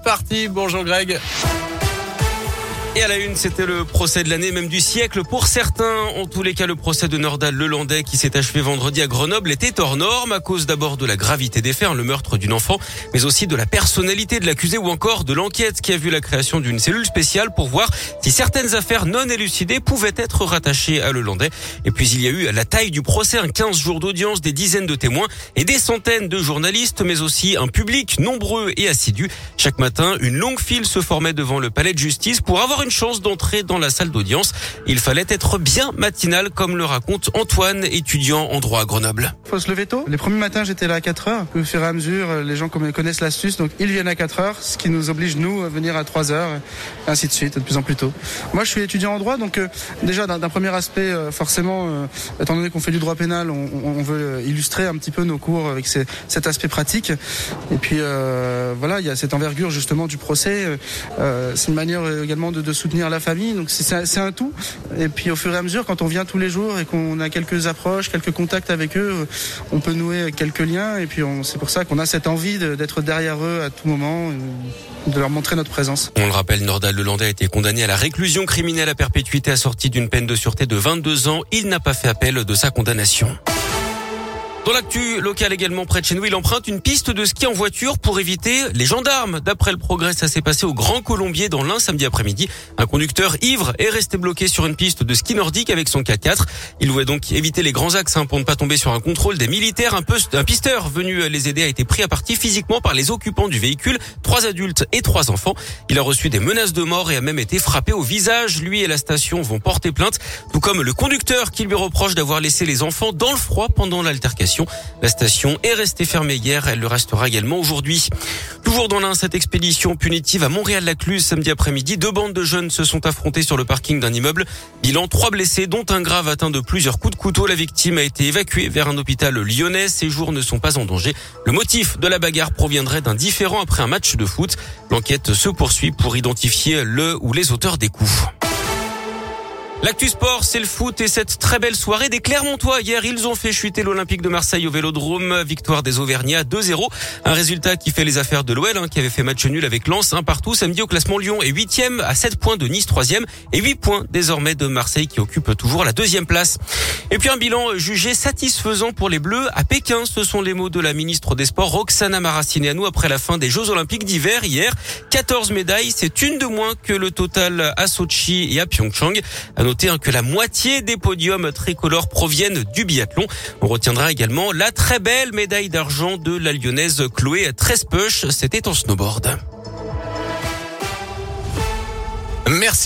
parti. Bonjour Greg. Et à la une, c'était le procès de l'année, même du siècle pour certains. En tous les cas, le procès de Nordal Lelandais qui s'est achevé vendredi à Grenoble était hors norme à cause d'abord de la gravité des faits, le meurtre d'une enfant, mais aussi de la personnalité de l'accusé ou encore de l'enquête qui a vu la création d'une cellule spéciale pour voir si certaines affaires non élucidées pouvaient être rattachées à Lelandais. Et puis il y a eu la taille du procès, 15 jours d'audience, des dizaines de témoins et des centaines de journalistes, mais aussi un public nombreux et assidu. Chaque matin, une longue file se formait devant le palais de justice pour avoir une chance d'entrer dans la salle d'audience. Il fallait être bien matinal, comme le raconte Antoine, étudiant en droit à Grenoble. Faut se lever tôt. Les premiers matins, j'étais là à 4h. Au fur et à mesure, les gens connaissent l'astuce, donc ils viennent à 4h, ce qui nous oblige, nous, à venir à 3h, et ainsi de suite, de plus en plus tôt. Moi, je suis étudiant en droit, donc déjà, d'un premier aspect, forcément, étant donné qu'on fait du droit pénal, on veut illustrer un petit peu nos cours avec cet aspect pratique. Et puis, voilà, il y a cette envergure, justement, du procès. C'est une manière également de soutenir la famille, donc c'est un tout. Et puis au fur et à mesure, quand on vient tous les jours et qu'on a quelques approches, quelques contacts avec eux, on peut nouer quelques liens. Et puis c'est pour ça qu'on a cette envie d'être derrière eux à tout moment, de leur montrer notre présence. On le rappelle, Nordal Lelandais a été condamné à la réclusion criminelle à perpétuité assortie d'une peine de sûreté de 22 ans. Il n'a pas fait appel de sa condamnation. Dans l'actu locale également près de chez nous, il emprunte une piste de ski en voiture pour éviter les gendarmes. D'après le Progrès, ça s'est passé au Grand Colombier dans l'Ain samedi après-midi. Un conducteur ivre est resté bloqué sur une piste de ski nordique avec son 4x4. Il voulait donc éviter les grands axes pour ne pas tomber sur un contrôle des militaires. Un pisteur venu les aider a été pris à partie physiquement par les occupants du véhicule, 3 adultes et 3 enfants. Il a reçu des menaces de mort et a même été frappé au visage. Lui et la station vont porter plainte, tout comme le conducteur qui lui reproche d'avoir laissé les enfants dans le froid pendant l'altercation. La station est restée fermée hier, elle le restera également aujourd'hui. Toujours dans l'Ain, cette expédition punitive à Montréal-Lacluse samedi après-midi. 2 bandes de jeunes se sont affrontées sur le parking d'un immeuble. Bilan 3 blessés, dont un grave atteint de plusieurs coups de couteau. La victime a été évacuée vers un hôpital lyonnais. Ses jours ne sont pas en danger. Le motif de la bagarre proviendrait d'un différend après un match de foot. L'enquête se poursuit pour identifier le ou les auteurs des coups. L'actu sport, c'est le foot et cette très belle soirée des Clermontois. Hier, ils ont fait chuter l'Olympique de Marseille au Vélodrome. Victoire des Auvergnats 2-0. Un résultat qui fait les affaires de l'OL, qui avait fait match nul avec Lens 1-1 samedi au classement. Lyon est 8e à 7 points de Nice 3e et 8 points désormais de Marseille qui occupe toujours la 2e place. Et puis un bilan jugé satisfaisant pour les Bleus à Pékin. Ce sont les mots de la ministre des Sports Roxana Maracineanu après la fin des Jeux Olympiques d'hiver hier. 14 médailles, c'est une de moins que le total à Sochi et à Pyeongchang. À noter que la moitié des podiums tricolores proviennent du biathlon. On retiendra également la très belle médaille d'argent de la lyonnaise Chloé Trespeuch. C'était en snowboard. Merci.